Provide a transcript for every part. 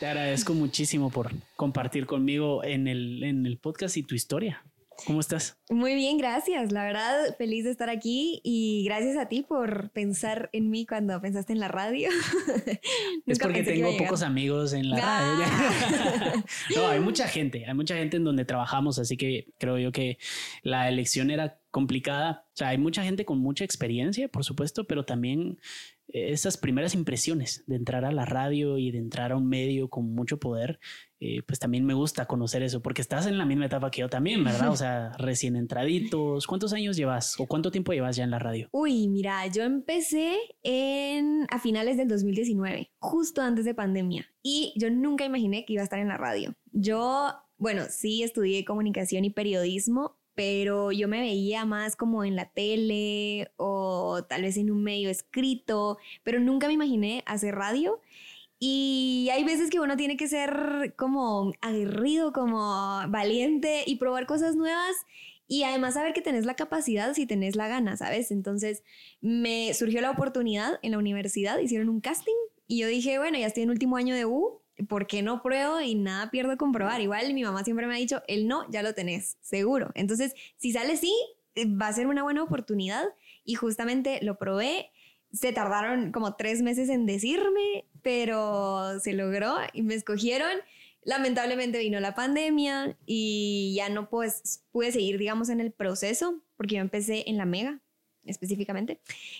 Te agradezco muchísimo por compartir conmigo en el podcast y tu historia. ¿Cómo estás? Muy bien, gracias. La verdad, feliz de estar aquí y gracias a ti por pensar en mí cuando pensaste en la radio. Es porque tengo pocos amigos en la radio. No, hay mucha gente en donde trabajamos, así que creo yo que la elección era complicada. O sea, hay mucha gente con mucha experiencia, por supuesto, pero también esas primeras impresiones de entrar a la radio y de entrar a un medio con mucho poder, pues también me gusta conocer eso, porque estás en la misma etapa que yo también, ¿verdad? O sea, recién entraditos. ¿Cuántos años llevas o cuánto tiempo llevas ya en la radio? Uy, mira, yo empecé a finales del 2019, justo antes de pandemia, y yo nunca imaginé que iba a estar en la radio. Yo, bueno, sí estudié comunicación y periodismo, pero yo me veía más como en la tele o tal vez en un medio escrito, pero nunca me imaginé hacer radio. Y hay veces que uno tiene que ser como aguerrido, como valiente y probar cosas nuevas y además saber que tenés la capacidad si tenés la gana, ¿sabes? Entonces me surgió la oportunidad en la universidad, hicieron un casting y yo dije, bueno, ya estoy en último año de U, ¿por qué no pruebo? Y nada pierdo con probar. Igual mi mamá siempre me ha dicho, el no ya lo tenés, seguro. Entonces, si sale sí, va a ser una buena oportunidad y justamente lo probé. Se tardaron como 3 meses en decirme, pero se logró y me escogieron. Lamentablemente vino la pandemia y ya no pues, pude seguir, digamos, en el proceso porque yo empecé en la Mega específicamente.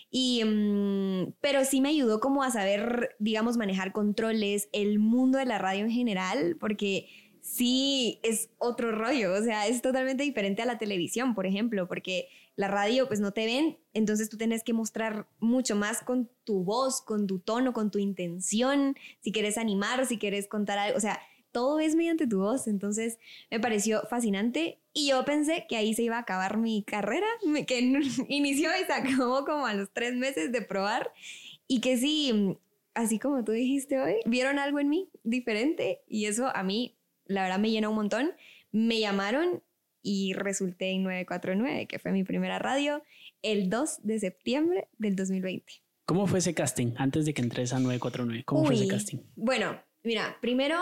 Pero sí me ayudó como a saber, digamos, manejar controles, el mundo de la radio en general, porque sí es otro rollo, o sea, es totalmente diferente a la televisión, por ejemplo, porque la radio pues no te ven, entonces tú tienes que mostrar mucho más con tu voz, con tu tono, con tu intención, si quieres animar, si quieres contar algo, o sea, todo es mediante tu voz, entonces me pareció fascinante y yo pensé que ahí se iba a acabar mi carrera, que inició y se acabó como a los 3 meses de probar y que sí, así como tú dijiste hoy, vieron algo en mí diferente y eso a mí la verdad me llenó un montón. Me llamaron y resulté en 949, que fue mi primera radio, el 2 de septiembre del 2020. ¿Cómo fue ese casting antes de que entres a 949? ¿Cómo fue ese casting? Bueno, mira, primero,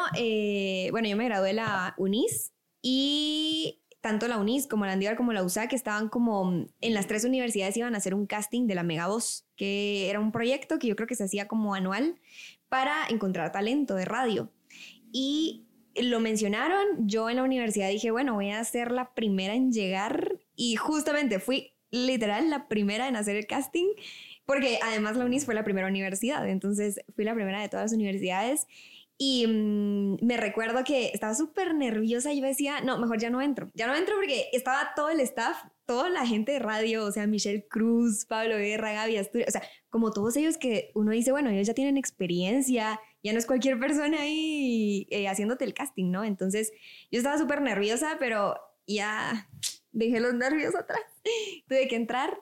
yo me gradué de la UNIS y tanto la UNIS como la Andívar como la USAC estaban como en las 3 universidades iban a hacer un casting de la Mega Voz, que era un proyecto que yo creo que se hacía como anual para encontrar talento de radio. Y lo mencionaron, yo en la universidad dije, bueno, voy a ser la primera en llegar y justamente fui literal la primera en hacer el casting porque además la UNIS fue la primera universidad, entonces fui la primera de todas las universidades y me recuerdo que estaba súper nerviosa y yo decía, no, mejor ya no entro porque estaba todo el staff, toda la gente de radio, o sea, Michelle Cruz, Pablo Guerra, Gaby Asturias, o sea, como todos ellos que uno dice, bueno, ellos ya tienen experiencia, ya no es cualquier persona ahí haciéndote el casting, ¿no? Entonces yo estaba súper nerviosa, pero ya dejé los nervios atrás. Tuve que entrar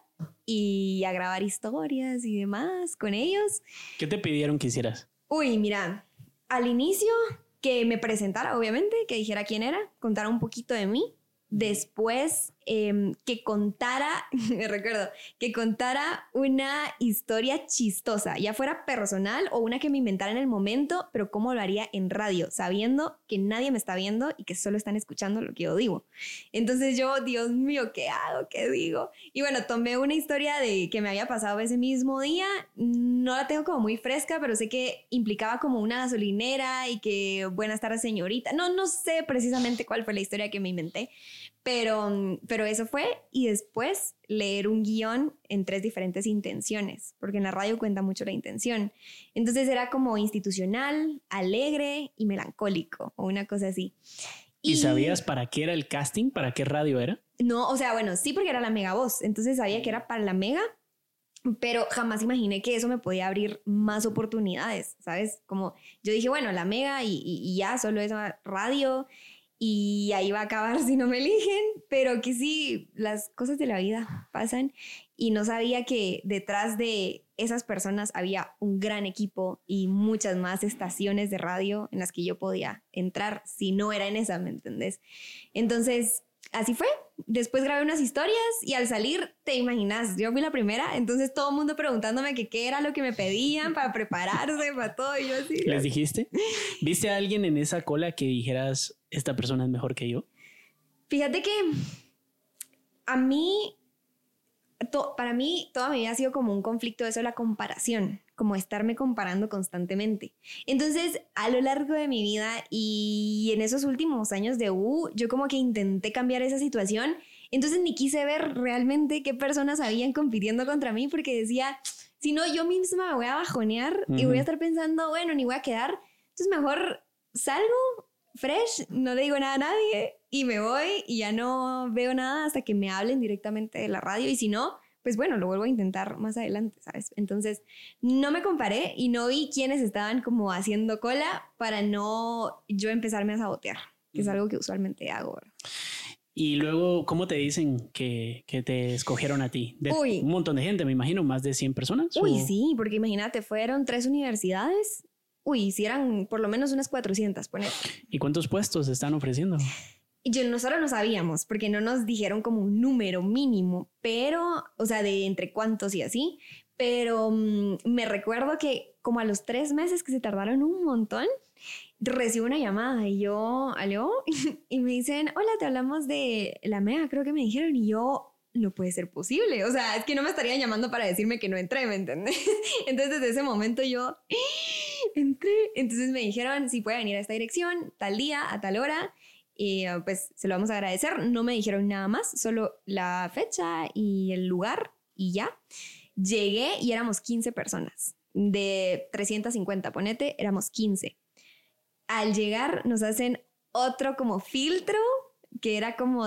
y a grabar historias y demás con ellos. ¿Qué te pidieron que hicieras? Uy, mira, al inicio que me presentara, obviamente, que dijera quién era, contara un poquito de mí. Después que contara, me recuerdo, que contara una historia chistosa, ya fuera personal o una que me inventara en el momento, pero cómo lo haría en radio, sabiendo que nadie me está viendo y que solo están escuchando lo que yo digo. Entonces yo, Dios mío, ¿qué hago? ¿Qué digo? Y bueno, tomé una historia de que me había pasado ese mismo día, no la tengo como muy fresca, pero sé que implicaba como una gasolinera y que buenas tardes señorita, no sé precisamente cuál fue la historia que me inventé, pero eso fue, y después leer un guión en 3 diferentes intenciones, porque en la radio cuenta mucho la intención. Entonces era como institucional, alegre y melancólico, o una cosa así. ¿Y sabías para qué era el casting? ¿Para qué radio era? No, o sea, bueno, sí, porque era la Mega Voz, entonces sabía que era para la Mega, pero jamás imaginé que eso me podía abrir más oportunidades, ¿sabes? Como yo dije, bueno, la Mega y ya, solo esa radio, y ahí va a acabar si no me eligen, pero que sí, las cosas de la vida pasan y no sabía que detrás de esas personas había un gran equipo y muchas más estaciones de radio en las que yo podía entrar si no era en esa, ¿me entendés? Entonces así fue. Después grabé unas historias y al salir, te imaginas, yo fui la primera, entonces todo el mundo preguntándome que qué era lo que me pedían para prepararse, para todo, y yo así. ¿Les dijiste? ¿Viste a alguien en esa cola que dijeras, esta persona es mejor que yo? Fíjate que a mí, para mí, toda mi vida ha sido como un conflicto de eso, la comparación, como estarme comparando constantemente. Entonces, a lo largo de mi vida y en esos últimos años de U, yo como que intenté cambiar esa situación. Entonces, ni quise ver realmente qué personas habían compitiendo contra mí, porque decía, si no, yo misma me voy a bajonear y voy a estar pensando, bueno, ni voy a quedar. Entonces, mejor salgo fresh, no le digo nada a nadie y me voy y ya no veo nada hasta que me hablen directamente de la radio, y si no, pues bueno, lo vuelvo a intentar más adelante, ¿sabes? Entonces, no me comparé y no vi quiénes estaban como haciendo cola para no yo empezarme a sabotear, que es algo que usualmente hago, ¿verdad? Y luego, ¿cómo te dicen que te escogieron a ti? Un montón de gente, me imagino, más de 100 personas. Uy, sí, porque imagínate, fueron 3 universidades. Uy, si eran por lo menos unas 400, ponete. ¿Y cuántos puestos están ofreciendo? Nosotros no sabíamos, porque no nos dijeron como un número mínimo, pero, o sea, de entre cuántos y así, pero me recuerdo que como a los 3 meses, que se tardaron un montón, recibo una llamada y yo, ¿aló? Y me dicen, hola, te hablamos de la MEA, creo que me dijeron, y yo, no puede ser posible, o sea, es que no me estarían llamando para decirme que no entré, ¿me entiendes? Entonces desde ese momento yo entré, entonces me dijeron si puede venir a esta dirección, tal día, a tal hora, y pues se lo vamos a agradecer. No me dijeron nada más, solo la fecha y el lugar y ya. Llegué y éramos 15 personas, de 350, ponete, éramos 15. Al llegar nos hacen otro como filtro, que era como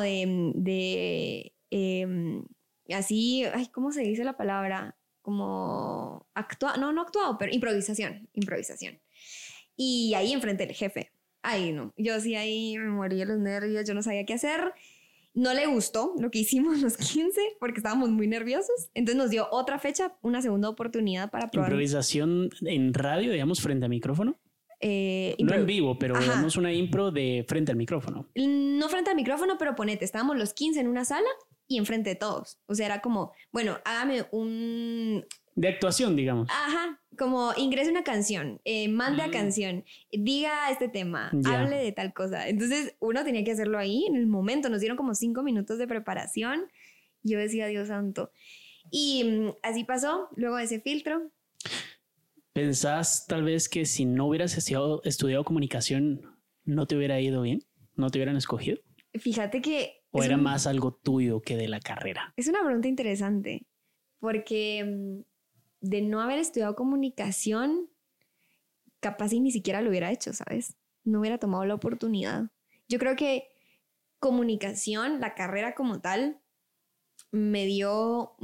así, ay, ¿cómo se dice la palabra? Como no actuado, pero improvisación. Y ahí enfrente del jefe. Ay, no, yo sí ahí me morí de los nervios, yo no sabía qué hacer. No le gustó lo que hicimos los 15 porque estábamos muy nerviosos. Entonces nos dio otra fecha, una segunda oportunidad para probar. ¿Improvisación en radio, digamos, frente al micrófono? No en vivo, pero digamos una impro de frente al micrófono. No frente al micrófono, pero ponete, estábamos los 15 en una sala y enfrente de todos. O sea, era como, bueno, hágame un... De actuación, digamos. Ajá, como ingrese una canción, mande a canción, diga este tema, hable de tal cosa. Entonces uno tenía que hacerlo ahí en el momento. Nos dieron como 5 minutos de preparación. Yo decía, Dios santo. Y así pasó, luego de ese filtro. ¿Pensás tal vez que si no hubieras estudiado comunicación no te hubiera ido bien? ¿No te hubieran escogido? Fíjate que... ¿O era más algo tuyo que de la carrera? Es una pregunta interesante, porque de no haber estudiado comunicación, capaz y ni siquiera lo hubiera hecho, ¿sabes? No hubiera tomado la oportunidad. Yo creo que comunicación, la carrera como tal, me dio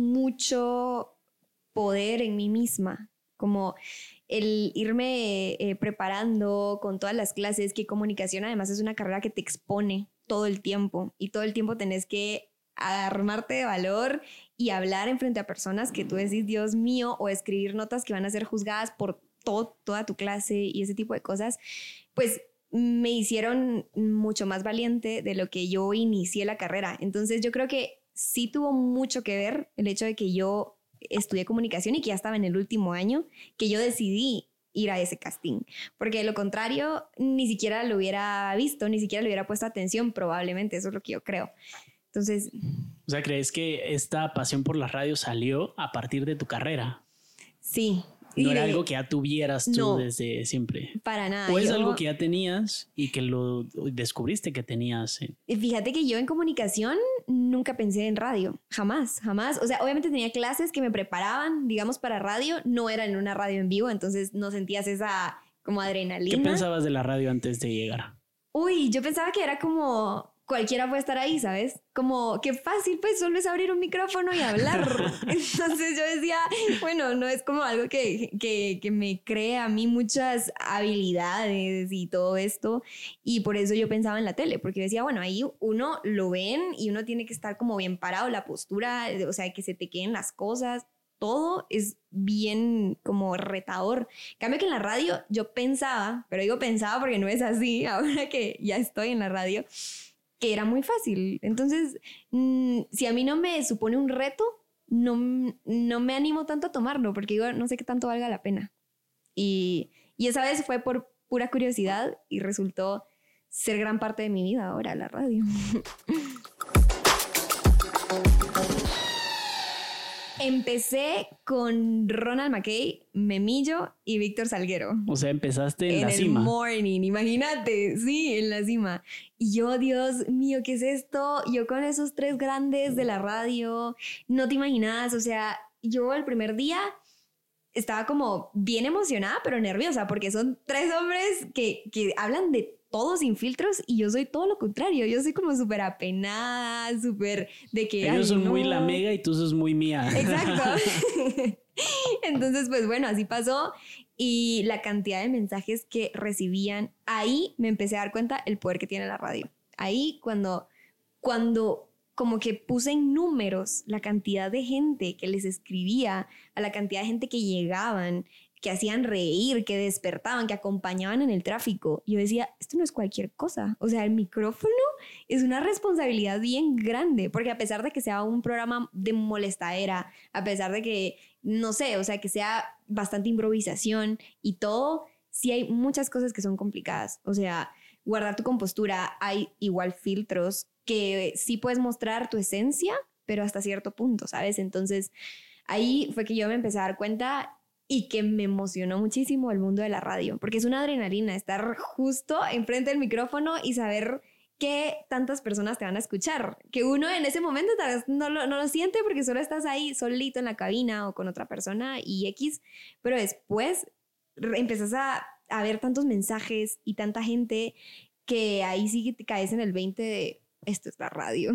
mucho poder en mí misma, como el irme preparando con todas las clases, que comunicación además es una carrera que te expone todo el tiempo y todo el tiempo tenés que armarte de valor y hablar en frente a personas que tú decís, Dios mío, o escribir notas que van a ser juzgadas por toda tu clase y ese tipo de cosas, pues me hicieron mucho más valiente de lo que yo inicié la carrera. Entonces yo creo que sí tuvo mucho que ver el hecho de que yo estudié comunicación y que ya estaba en el último año, que yo decidí ir a ese casting, porque de lo contrario ni siquiera lo hubiera visto, ni siquiera le hubiera puesto atención, probablemente, eso es lo que yo creo. Entonces... O sea, ¿crees que esta pasión por la radio salió a partir de tu carrera? Sí. No era algo que ya tuvieras tú desde siempre. Para nada. O es algo que ya tenías y que lo descubriste que tenías. Fíjate que yo en comunicación nunca pensé en radio. Jamás. O sea, obviamente tenía clases que me preparaban, digamos, para radio. No era en una radio en vivo, entonces no sentías esa como adrenalina. ¿Qué pensabas de la radio antes de llegar? Uy, yo pensaba que era como... cualquiera puede estar ahí, ¿sabes? Como qué fácil, pues solo es abrir un micrófono y hablar. Entonces yo decía, bueno, no es como algo que me cree a mí muchas habilidades y todo esto. Y por eso yo pensaba en la tele, porque yo decía, bueno, ahí uno lo ven y uno tiene que estar como bien parado, la postura, o sea, que se te queden las cosas. Todo es bien como retador. En cambio que en la radio yo pensaba, pero digo pensaba porque no es así, ahora que ya estoy en la radio, que era muy fácil. Entonces, si a mí no me supone un reto, no me animo tanto a tomarlo porque digo, no sé qué tanto valga la pena. Y esa vez fue por pura curiosidad y resultó ser gran parte de mi vida ahora, la radio. Empecé con Ronald McKay, Memillo y Víctor Salguero. O sea, empezaste en la cima. En el morning, imagínate, sí, en la cima. Y yo, Dios mío, ¿qué es esto? Yo con esos 3 grandes de la radio, no te imaginas, o sea, yo el primer día estaba como bien emocionada, pero nerviosa, porque son 3 hombres que hablan de todo sin filtros y yo soy todo lo contrario. Yo soy como súper apenada, súper de que... Ellos son muy la mega y tú sos muy mía. Exacto. Entonces, pues bueno, así pasó. Y la cantidad de mensajes que recibían, ahí me empecé a dar cuenta el poder que tiene la radio. Ahí cuando como que puse en números la cantidad de gente que les escribía, a la cantidad de gente que llegaban, que hacían reír, que despertaban, que acompañaban en el tráfico. Yo decía, esto no es cualquier cosa. O sea, el micrófono es una responsabilidad bien grande, porque a pesar de que sea un programa de molestadera, a pesar de que, no sé, o sea, que sea bastante improvisación y todo, sí hay muchas cosas que son complicadas. O sea, guardar tu compostura, hay igual filtros que sí puedes mostrar tu esencia, pero hasta cierto punto, ¿sabes? Entonces, ahí fue que yo me empecé a dar cuenta y que me emocionó muchísimo el mundo de la radio, porque es una adrenalina estar justo enfrente del micrófono y saber que tantas personas te van a escuchar, que uno en ese momento tal vez no lo siente porque solo estás ahí solito en la cabina o con otra persona y X, pero después empiezas a ver tantos mensajes y tanta gente que ahí sí te caes en el 20 de esto es la radio.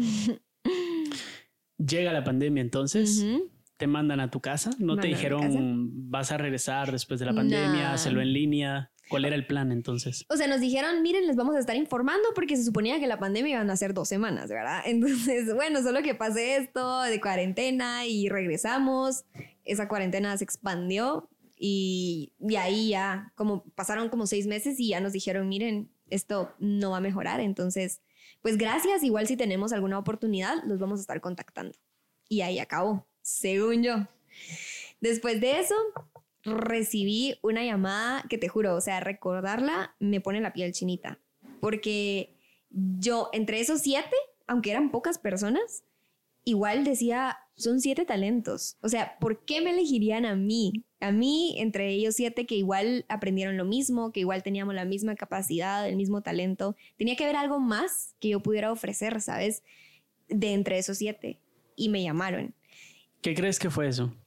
Llega la pandemia entonces. Te mandan a tu casa. ¿No te dijeron vas a regresar después de la pandemia, hacerlo en línea? ¿Cuál era el plan entonces? O sea, nos dijeron, miren, les vamos a estar informando porque se suponía que la pandemia iban a ser 2 semanas, ¿verdad? Entonces, bueno, solo que pase esto de cuarentena y regresamos. Esa cuarentena se expandió y ahí ya pasaron como 6 meses y ya nos dijeron, miren, esto no va a mejorar. Entonces, pues gracias. Igual si tenemos alguna oportunidad, los vamos a estar contactando. Y ahí acabó. Según yo. Después de eso, recibí una llamada que te juro, o sea, recordarla me pone la piel chinita. Porque yo, entre esos 7, aunque eran pocas personas, igual decía, son 7 talentos. O sea, ¿por qué me elegirían a mí? A mí, entre ellos 7 que igual aprendieron lo mismo, que igual teníamos la misma capacidad, el mismo talento. Tenía que haber algo más que yo pudiera ofrecer, ¿sabes? De entre esos 7. Y me llamaron. ¿Qué crees que fue eso?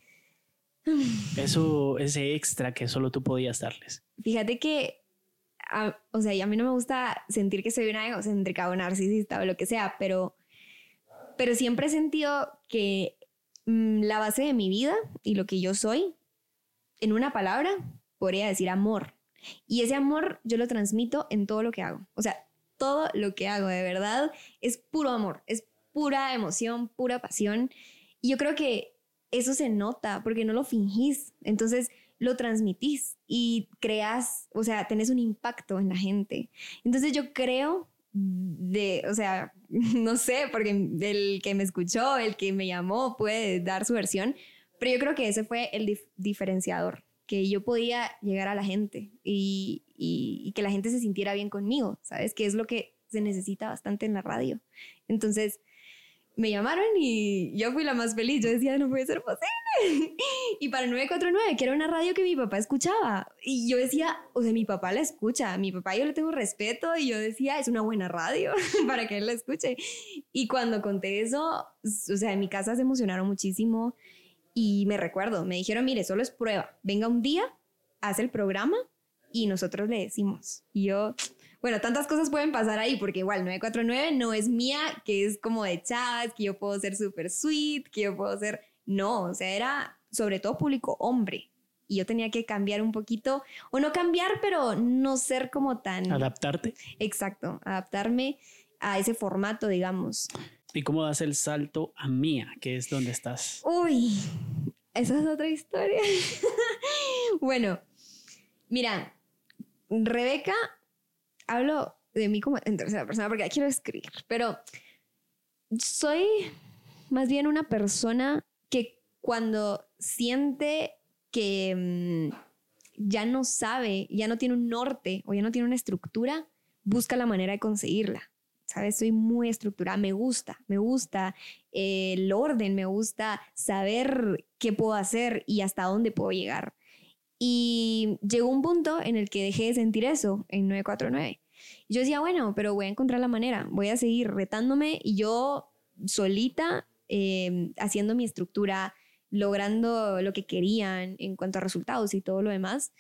Ese extra que solo tú podías darles. Fíjate que, o sea, y a mí no me gusta sentir que soy una egocéntrica o narcisista o lo que sea, pero siempre he sentido que la base de mi vida y lo que yo soy, en una palabra, podría decir amor. Y ese amor yo lo transmito en todo lo que hago. O sea, todo lo que hago de verdad es puro amor, es pura emoción, pura pasión. Y yo creo que eso se nota porque no lo fingís. Entonces lo transmitís y creas, o sea, tenés un impacto en la gente. Entonces yo creo o sea, no sé, porque el que me escuchó, el que me llamó puede dar su versión, pero yo creo que ese fue el diferenciador, que yo podía llegar a la gente y que la gente se sintiera bien conmigo, ¿sabes? Que es lo que se necesita bastante en la radio. Entonces me llamaron y yo fui la más feliz. Yo decía, no puede ser posible. Y para 949, que era una radio que mi papá escuchaba. Y yo decía, o sea, mi papá la escucha. A mi papá yo le tengo respeto. Y yo decía, es una buena radio para que él la escuche. Y cuando conté eso, o sea, en mi casa se emocionaron muchísimo. Y me recuerdo, me dijeron, mire, solo es prueba. Venga un día, hace el programa y nosotros le decimos. Y yo... Bueno, tantas cosas pueden pasar ahí, porque igual 949 no es mía, que es como de chavas, que yo puedo ser súper sweet, que yo puedo ser... No, o sea, era sobre todo público hombre. Y yo tenía que cambiar un poquito, o no cambiar, pero no ser como tan... ¿Adaptarte? Exacto, adaptarme a ese formato, digamos. ¿Y cómo das el salto a Mía, que es donde estás? Uy, esa es otra historia. Bueno, mira, Rebeca... Hablo de mí como en tercera persona porque ya quiero escribir, pero soy más bien una persona que cuando siente que ya no sabe, ya no tiene un norte o ya no tiene una estructura, busca la manera de conseguirla. ¿Sabes? Soy muy estructurada, me gusta el orden, me gusta saber qué puedo hacer y hasta dónde puedo llegar. Y llegó un punto en el que dejé de sentir eso en 949. Yo decía, bueno, pero voy a encontrar la manera, voy a seguir retándome y yo solita haciendo mi estructura, logrando lo que querían en cuanto a resultados y todo lo demás.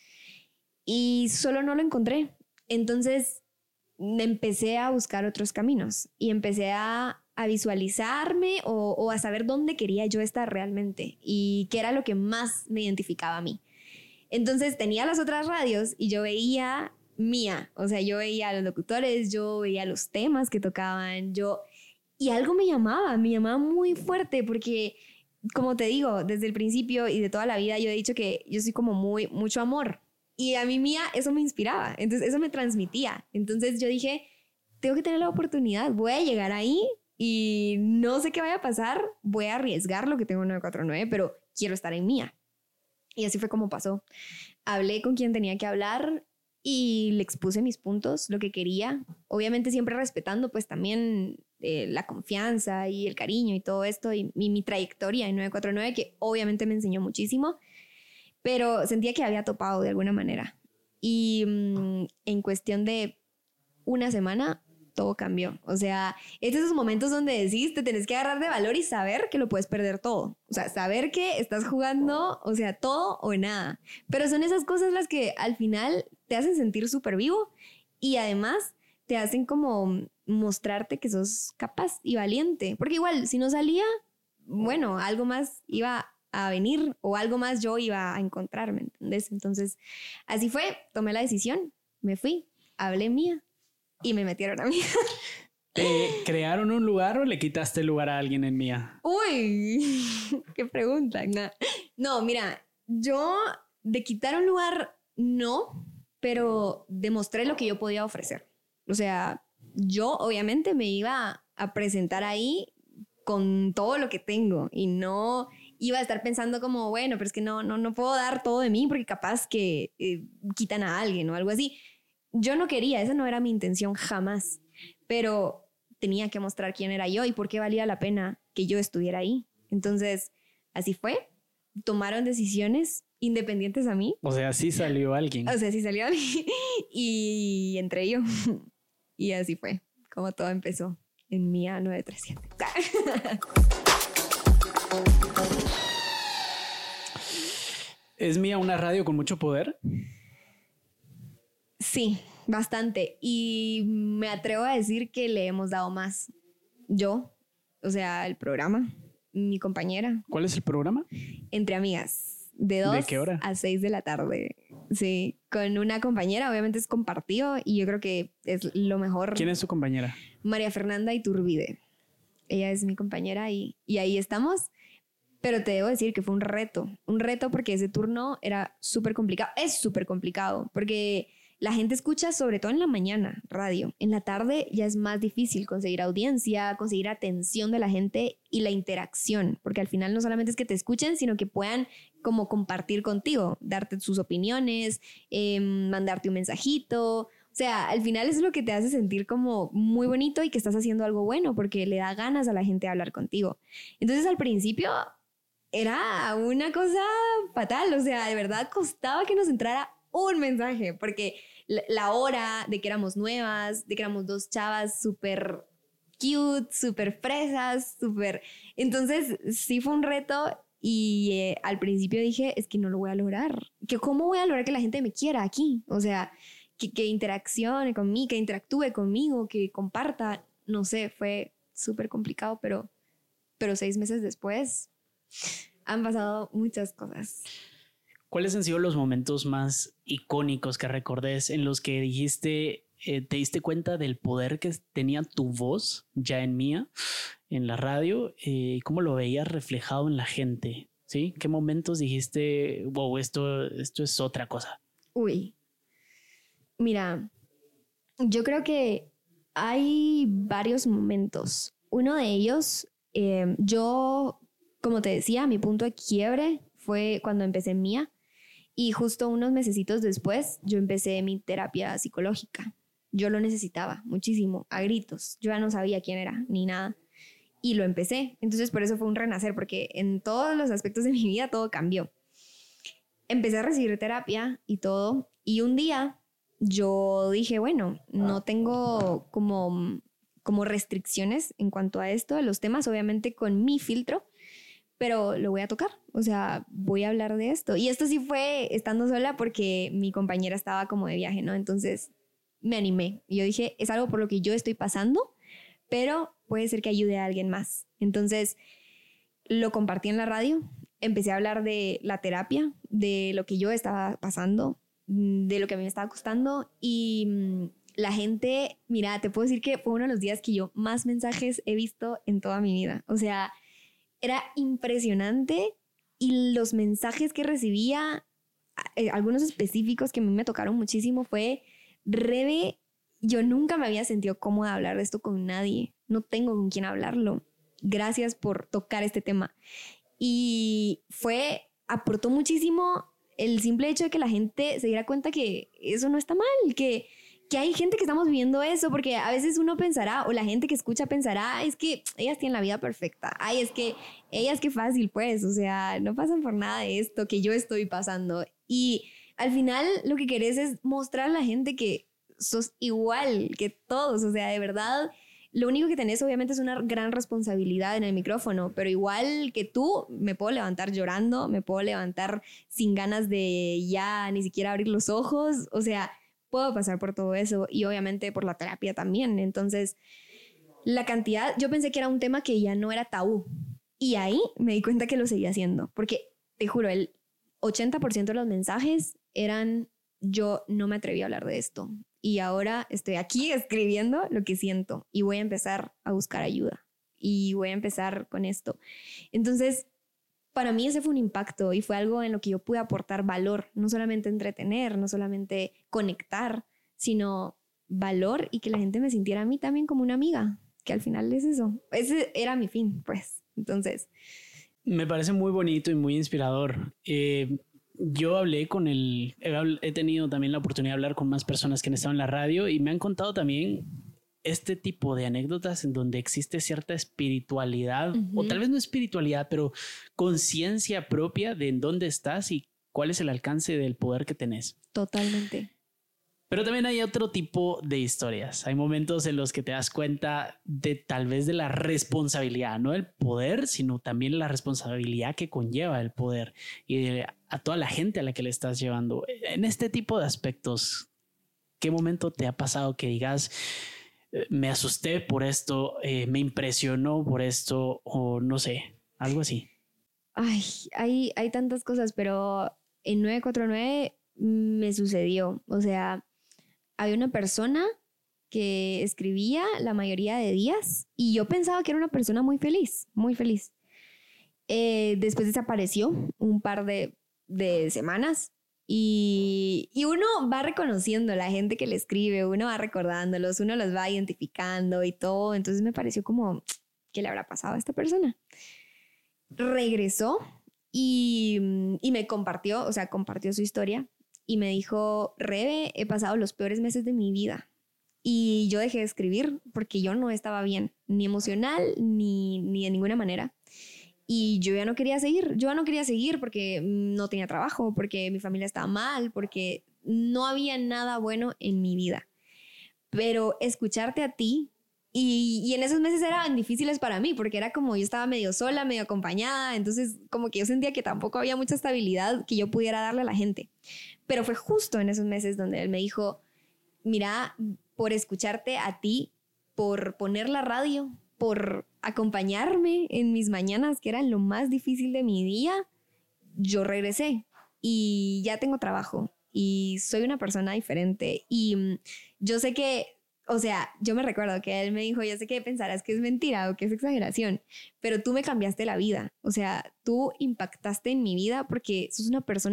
Y solo no lo encontré. Entonces empecé a buscar otros caminos y empecé a visualizarme o a saber dónde quería yo estar realmente y qué era lo que más me identificaba a mí. Entonces tenía las otras radios y yo veía Mía, o sea, yo veía a los locutores, yo veía los temas que tocaban, y algo me llamaba muy fuerte porque, como te digo, desde el principio y de toda la vida yo he dicho que yo soy como mucho amor y a mí Mía eso me inspiraba, entonces eso me transmitía. Entonces yo dije, tengo que tener la oportunidad, voy a llegar ahí y no sé qué vaya a pasar, voy a arriesgar lo que tengo en 949, pero quiero estar en Mía. Y así fue como pasó. Hablé con quien tenía que hablar y le expuse mis puntos, lo que quería. Obviamente siempre respetando pues también la confianza y el cariño y todo esto y mi trayectoria en 949, que obviamente me enseñó muchísimo, pero sentía que había topado de alguna manera. Y en cuestión de una semana todo cambió. O sea, es esos momentos donde decís, te tenés que agarrar de valor y saber que lo puedes perder todo. O sea, saber que estás jugando, o sea, todo o nada. Pero son esas cosas las que al final te hacen sentir súper vivo y además te hacen como mostrarte que sos capaz y valiente. Porque igual, si no salía, bueno, algo más iba a venir o algo más yo iba a encontrarme, ¿entendés? Entonces, así fue, tomé la decisión, me fui, hablé Mía y me metieron a mí. ¿Te crearon un lugar o le quitaste el lugar a alguien en Mía? Uy, qué pregunta. No, mira, yo de quitar un lugar no, pero demostré lo que yo podía ofrecer. O sea, yo obviamente me iba a presentar ahí con todo lo que tengo y no iba a estar pensando como, bueno, pero es que no puedo dar todo de mí porque capaz que quitan a alguien o algo así. Yo no quería, esa no era mi intención jamás, pero tenía que mostrar quién era yo y por qué valía la pena que yo estuviera ahí. Entonces, así fue. Tomaron decisiones independientes a mí. O sea, sí salió alguien. O sea, sí salió alguien y entré yo. Y así fue como todo empezó en Mía 937. ¿Es Mía una radio con mucho poder? Sí, bastante. Y me atrevo a decir que le hemos dado más. Yo, o sea, el programa, mi compañera. ¿Cuál es el programa? Entre amigas, de 2 ¿De qué hora? a 6 de la tarde. Sí, con una compañera, obviamente es compartido y yo creo que es lo mejor. ¿Quién es tu compañera? María Fernanda Iturbide. Ella es mi compañera y ahí estamos. Pero te debo decir que fue un reto porque ese turno era súper complicado, es súper complicado, porque la gente escucha sobre todo en la mañana radio, en la tarde ya es más difícil conseguir audiencia, conseguir atención de la gente y la interacción, porque al final no solamente es que te escuchen, sino que puedan como compartir contigo, darte sus opiniones, mandarte un mensajito. O sea, al final eso es lo que te hace sentir como muy bonito y que estás haciendo algo bueno porque le da ganas a la gente de hablar contigo. Entonces al principio era una cosa fatal, o sea, de verdad costaba que nos entrara un mensaje, porque la hora de que éramos nuevas, de que éramos 2 chavas súper cute, súper fresas, súper... Entonces sí fue un reto y al principio dije, es que no lo voy a lograr, que cómo voy a lograr que la gente me quiera aquí, o sea, que interaccione conmigo, que interactúe conmigo, que comparta, no sé, fue súper complicado, pero 6 meses después han pasado muchas cosas. ¿Cuáles han sido los momentos más icónicos que recordes en los que dijiste, te diste cuenta del poder que tenía tu voz ya en Mía, en la radio, cómo lo veías reflejado en la gente? ¿Sí? ¿Qué momentos dijiste, wow, esto es otra cosa? Uy, mira, Yo creo que hay varios momentos. Uno de ellos, yo, como te decía, mi punto de quiebre fue cuando empecé Mía, y justo unos mesecitos después yo empecé mi terapia psicológica. Yo lo necesitaba muchísimo, a gritos. Yo ya no sabía quién era ni nada. Y lo empecé. Entonces por eso fue un renacer, porque en todos los aspectos de mi vida todo cambió. Empecé a recibir terapia y todo. Y un día yo dije, bueno, no tengo como restricciones en cuanto a esto, de los temas, obviamente con mi filtro, pero lo voy a tocar. O sea, voy a hablar de esto. Y esto sí fue estando sola porque mi compañera estaba como de viaje, ¿no? Entonces me animé. Y yo dije, es algo por lo que yo estoy pasando, pero puede ser que ayude a alguien más. Entonces lo compartí en la radio, empecé a hablar de la terapia, de lo que yo estaba pasando, de lo que a mí me estaba costando, y la gente, mira, te puedo decir que fue uno de los días que yo más mensajes he visto en toda mi vida. O sea, era impresionante, y los mensajes que recibía, algunos específicos que a mí me tocaron muchísimo, fue: Rebe, yo nunca me había sentido cómoda de hablar de esto con nadie, no tengo con quién hablarlo, gracias por tocar este tema. Y aportó muchísimo el simple hecho de que la gente se diera cuenta que eso no está mal, que hay gente que estamos viviendo eso, porque a veces uno pensará, o la gente que escucha pensará, es que ellas tienen la vida perfecta, ay, es que ellas qué fácil, pues, o sea, no pasan por nada de esto que yo estoy pasando. Y al final lo que querés es mostrar a la gente que sos igual que todos, o sea, de verdad. Lo único que tenés obviamente es una gran responsabilidad en el micrófono, pero igual que tú, me puedo levantar llorando, me puedo levantar sin ganas de ya ni siquiera abrir los ojos, o sea, puedo pasar por todo eso, y obviamente por la terapia también. Entonces, la cantidad, yo pensé que era un tema que ya no era tabú, y ahí me di cuenta que lo seguía haciendo, porque te juro, el 80% de los mensajes eran: yo no me atreví a hablar de esto, y ahora estoy aquí escribiendo lo que siento, y voy a empezar a buscar ayuda, y voy a empezar con esto. Entonces, para mí ese fue un impacto, y fue algo en lo que yo pude aportar valor, no solamente entretener, no solamente conectar, sino valor, y que la gente me sintiera a mí también como una amiga, que al final es eso. Ese era mi fin, pues. Entonces, me parece muy bonito y muy inspirador. Yo hablé con he tenido también la oportunidad de hablar con más personas que han estado en la radio, y me han contado también este tipo de anécdotas en donde existe cierta espiritualidad, o tal vez no espiritualidad, pero conciencia propia de en dónde estás y cuál es el alcance del poder que tenés. Totalmente. Pero también hay otro tipo de historias. Hay momentos en los que te das cuenta de tal vez de la responsabilidad, no del poder, sino también la responsabilidad que conlleva el poder, y a toda la gente a la que le estás llevando. En este tipo de aspectos, ¿qué momento te ha pasado que digas: me asusté por esto, me impresionó por esto, o no sé, algo así? Ay, hay tantas cosas, pero en 949 me sucedió. O sea, había una persona que escribía la mayoría de días, y yo pensaba que era una persona muy feliz, muy feliz. Después desapareció un par de semanas, y uno va reconociendo la gente que le escribe, uno va recordándolos, uno los va identificando y todo. Entonces me pareció como: ¿qué le habrá pasado a esta persona? Regresó y me compartió, o sea, compartió su historia, y me dijo: Rebe, he pasado los peores meses de mi vida, y yo dejé de escribir porque yo no estaba bien, ni emocional, ni de ninguna manera. Y yo ya no quería seguir porque no tenía trabajo, porque mi familia estaba mal, porque no había nada bueno en mi vida. Pero escucharte a ti, y en esos meses eran difíciles para mí, porque era como yo estaba medio sola, medio acompañada, entonces como que yo sentía que tampoco había mucha estabilidad que yo pudiera darle a la gente. Pero fue justo en esos meses donde él me dijo: mira, por escucharte a ti, por poner la radio, por acompañarme en mis mañanas, que eran lo más difícil de mi día, yo regresé y ya tengo trabajo y soy una persona diferente. Y yo sé que, o sea, yo me recuerdo que él me dijo: yo sé que pensarás que es mentira o que es exageración, pero tú me cambiaste la vida. O sea, tú impactaste en mi vida porque sos una persona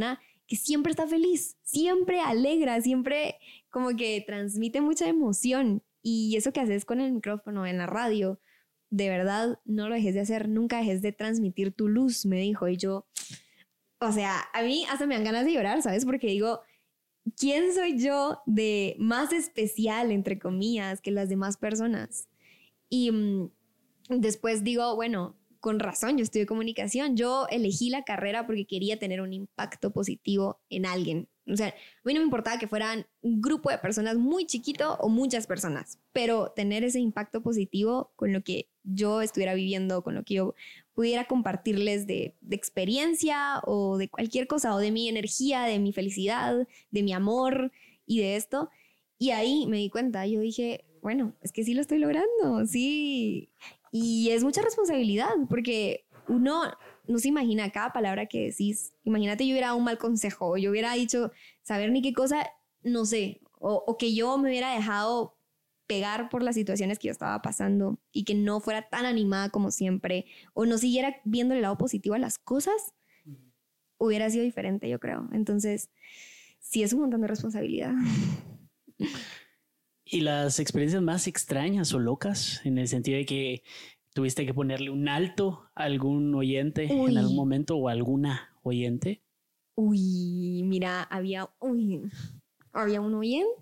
que siempre está feliz, siempre alegra, siempre como que transmite mucha emoción. Y eso que haces con el micrófono en la radio, de verdad, no lo dejes de hacer, nunca dejes de transmitir tu luz, me dijo. Y yo, o sea, a mí hasta me dan ganas de llorar, ¿sabes? Porque digo, ¿quién soy yo de más especial, entre comillas, que las demás personas? Y después digo, bueno, con razón, yo estudié comunicación. Yo elegí la carrera porque quería tener un impacto positivo en alguien. O sea, a mí no me importaba que fueran un grupo de personas muy chiquito o muchas personas, pero tener ese impacto positivo con lo que yo estuviera viviendo, con lo que yo pudiera compartirles de experiencia o de cualquier cosa, o de mi energía, de mi felicidad, de mi amor y de esto. Y ahí me di cuenta, yo dije, bueno, es que sí lo estoy logrando, sí. Y es mucha responsabilidad porque uno no se imagina cada palabra que decís. Imagínate yo hubiera dado un mal consejo, o yo hubiera dicho saber ni qué cosa, no sé, o que yo me hubiera dejado pegar por las situaciones que yo estaba pasando y que no fuera tan animada como siempre, o no siguiera viendo el lado positivo a las cosas, hubiera sido diferente, yo creo. Entonces, sí es un montón de responsabilidad. ¿Y las experiencias más extrañas o locas, en el sentido de que tuviste que ponerle un alto a algún oyente en algún momento o a alguna oyente? Mira, había un oyente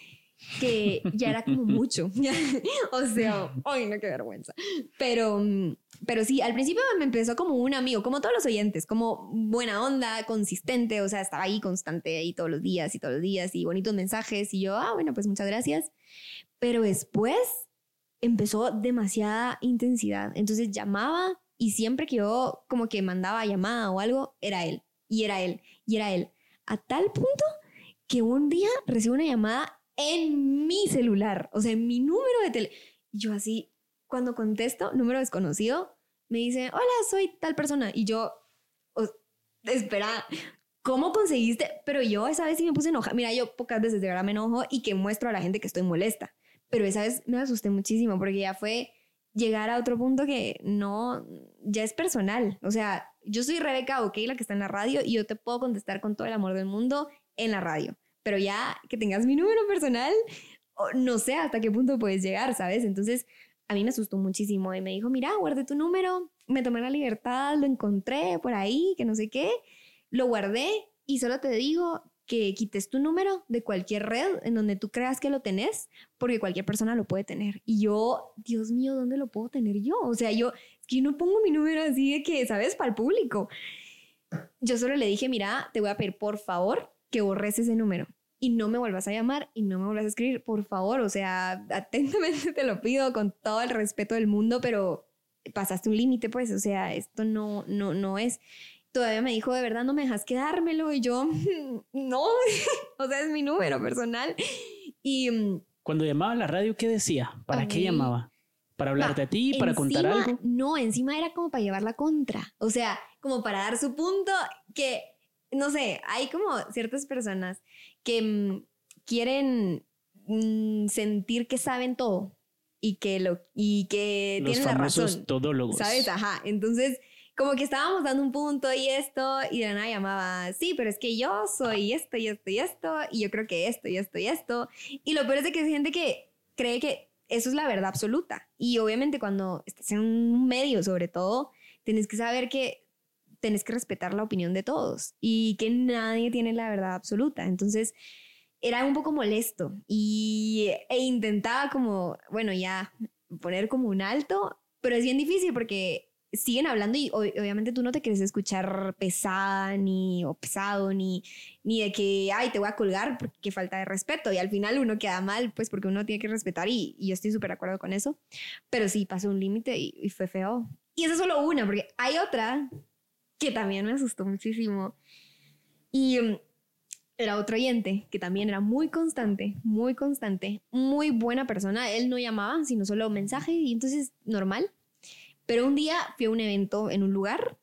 que ya era como mucho. O sea, ¡ay, no, qué vergüenza! Pero sí, al principio me empezó como un amigo, como todos los oyentes, como buena onda, consistente, o sea, estaba ahí constante ahí todos los días y bonitos mensajes, y yo, bueno, pues muchas gracias. Pero después empezó demasiada intensidad, entonces llamaba y siempre que yo como que mandaba llamada o algo, era él, y era él, y era él, a tal punto que un día recibo una llamada en mi celular, o sea, en mi número de teléfono. Y yo así, cuando contesto, número desconocido, me dice, hola, soy tal persona. Y yo, espera, ¿cómo conseguiste? Pero yo esa vez sí me puse enojada. Mira, yo pocas veces de verdad me enojo y que muestro a la gente que estoy molesta. Pero esa vez me asusté muchísimo porque ya fue llegar a otro punto que no, ya es personal. O sea, yo soy Rebeca, ok, la que está en la radio, y yo te puedo contestar con todo el amor del mundo en la radio. Pero ya que tengas mi número personal, no sé hasta qué punto puedes llegar, ¿sabes? Entonces, a mí me asustó muchísimo y me dijo, mira, guardé tu número, me tomé la libertad, lo encontré por ahí, que no sé qué, lo guardé y solo te digo que quites tu número de cualquier red en donde tú creas que lo tenés, porque cualquier persona lo puede tener. Y yo, Dios mío, ¿dónde lo puedo tener yo? O sea, es que yo no pongo mi número así de que, ¿sabes? Para el público. Yo solo le dije, mira, te voy a pedir por favor que borres ese número y no me vuelvas a llamar y no me vuelvas a escribir, por favor. O sea, atentamente te lo pido con todo el respeto del mundo, pero pasaste un límite, pues, o sea, esto no es. Todavía me dijo, de verdad, no me dejas quedármelo, y yo, no, o sea, es mi número personal. Y cuando llamaba a la radio, ¿qué decía? ¿Para qué llamaba? ¿Para hablarte a ti? ¿Para contar algo? No, encima era como para llevar la contra, o sea, como para dar su punto, que, no sé, hay como ciertas personas que quieren sentir que saben todo y que tienen la razón. Los famosos todólogos. ¿Sabes? Ajá, entonces como que estábamos dando un punto y esto, y de nada llamaba, sí, pero es que yo soy esto y esto y esto, y yo creo que esto y esto y esto. Y lo peor es de que hay gente que cree que eso es la verdad absoluta. Y obviamente cuando estás en un medio, sobre todo, tienes que saber que tienes que respetar la opinión de todos y que nadie tiene la verdad absoluta. Entonces era un poco molesto e intentaba como, bueno, ya poner como un alto, pero es bien difícil porque siguen hablando y obviamente tú no te quieres escuchar pesada o pesado ni de que, ay, te voy a colgar porque falta de respeto, y al final uno queda mal, pues porque uno tiene que respetar, y yo estoy súper de acuerdo con eso, pero sí pasó un límite y fue feo. Y esa es solo una, porque hay otra que también me asustó muchísimo y era otro oyente que también era muy constante, muy buena persona. Él no llamaba, sino solo mensaje, y entonces normal. Pero un día fui a un evento en un lugar,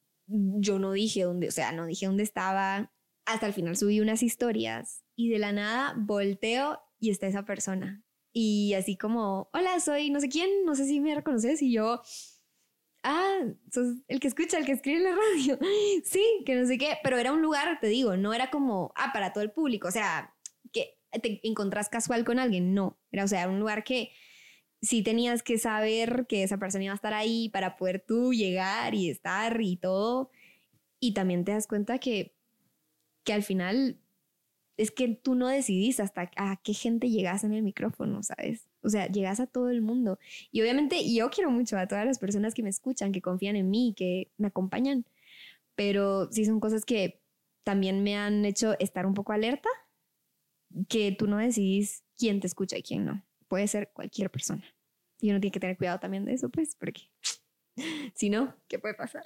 yo no dije dónde, o sea, no dije dónde estaba, hasta el final subí unas historias y de la nada volteo y está esa persona. Y así como, hola, soy no sé quién, no sé si me reconoces, y yo, sos el que escucha, el que escribe en la radio. Sí, que no sé qué, pero era un lugar, te digo, no era como, para todo el público, o sea, que te encontrás casual con alguien, no, era, o sea, un lugar que sí tenías que saber que esa persona iba a estar ahí para poder tú llegar y estar y todo, y también te das cuenta que al final es que tú no decidís hasta a qué gente llegas en el micrófono, ¿sabes? O sea, llegas a todo el mundo. Y obviamente yo quiero mucho a todas las personas que me escuchan, que confían en mí, que me acompañan. Pero sí son cosas que también me han hecho estar un poco alerta, que tú no decidís quién te escucha y quién no. Puede ser cualquier persona. Y uno tiene que tener cuidado también de eso, pues, porque si no, ¿qué puede pasar?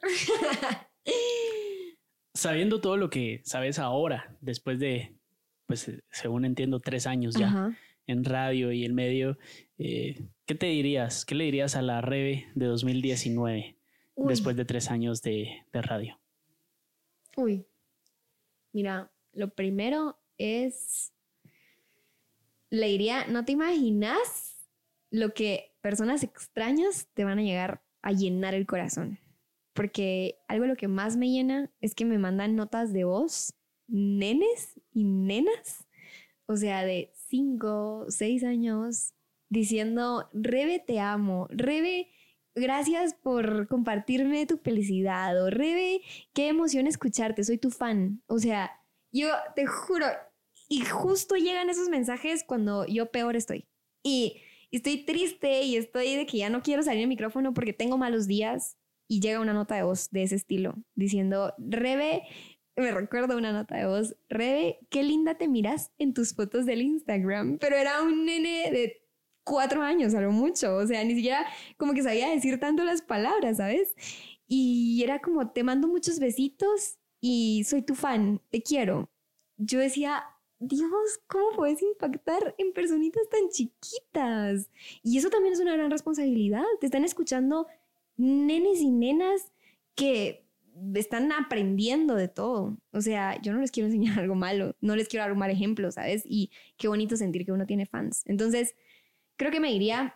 Sabiendo todo lo que sabes ahora, después de, pues, según entiendo, 3 años ya, ajá, en radio y el medio, ¿qué te dirías? ¿Qué le dirías a la Rebe de 2019 después de 3 años de radio? Uy, mira, lo primero es, le diría, no te imaginas lo que personas extrañas te van a llegar a llenar el corazón. Porque algo lo que más me llena es que me mandan notas de voz, nenes y nenas, o sea, de 5, 6 años, diciendo, Rebe, te amo, Rebe, gracias por compartirme tu felicidad, o Rebe, qué emoción escucharte, soy tu fan. O sea, yo te juro, y justo llegan esos mensajes cuando yo peor estoy. Y estoy triste y estoy de que ya no quiero salir al micrófono porque tengo malos días. Y llega una nota de voz de ese estilo, diciendo, Rebe, me recuerdo una nota de voz, Rebe, qué linda te miras en tus fotos del Instagram. Pero era un nene de 4 años, a lo mucho. O sea, ni siquiera como que sabía decir tanto las palabras, ¿sabes? Y era como, te mando muchos besitos y soy tu fan, te quiero. Yo decía, Dios, ¿cómo puedes impactar en personitas tan chiquitas? Y eso también es una gran responsabilidad. Te están escuchando nenes y nenas que están aprendiendo de todo. O sea, yo no les quiero enseñar algo malo, no les quiero dar un mal ejemplo, ¿sabes? Y qué bonito sentir que uno tiene fans. Entonces, creo que me diría,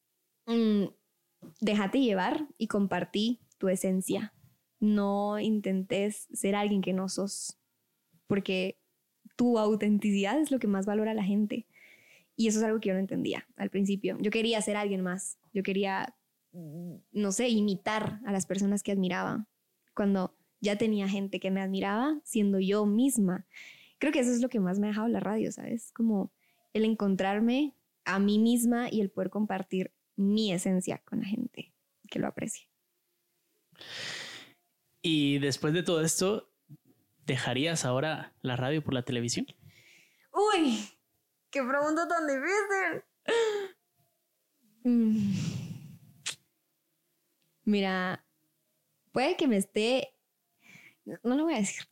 déjate llevar y compartí tu esencia. No intentes ser alguien que no sos, porque tu autenticidad es lo que más valora la gente. Y eso es algo que yo no entendía al principio. Yo quería ser alguien más. Yo quería, no sé, imitar a las personas que admiraba, cuando ya tenía gente que me admiraba siendo yo misma. Creo que eso es lo que más me ha dejado la radio, ¿sabes? Como el encontrarme a mí misma y el poder compartir mi esencia con la gente que lo aprecie. Y después de todo esto, ¿dejarías ahora la radio por la televisión? ¡Uy! ¡Qué pregunta tan difícil! Mira, puede que me esté... No lo voy a decir.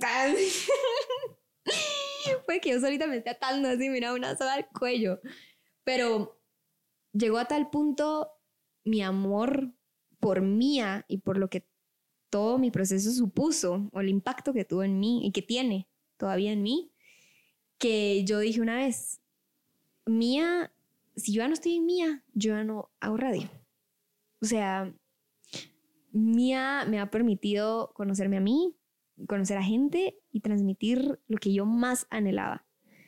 Puede que yo solita me esté atando así, mira, una soga al cuello. Pero llegó a tal punto mi amor por Mía y por lo que todo mi proceso supuso, o el impacto que tuvo en mí y que tiene todavía en mí, que yo dije una vez, Mía, si yo ya no estoy en Mía, yo ya no hago radio. O sea, Mía me ha permitido conocerme a mí, conocer a gente y transmitir lo que yo más anhelaba.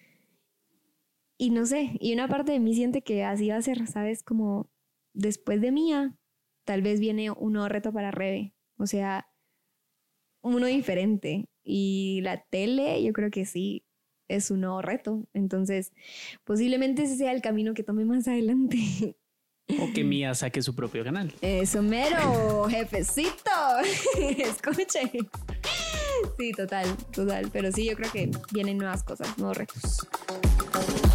Y no sé, y una parte de mí siente que así va a ser, ¿sabes? Como después de Mía, tal vez viene un nuevo reto para Rebe. O sea, uno diferente. Y la tele, yo creo que sí, es un nuevo reto. Entonces, posiblemente ese sea el camino que tome más adelante. O que Mía saque su propio canal. Eso mero, jefecito. Escuche. Sí, total. Pero sí, yo creo que vienen nuevas cosas, nuevos retos.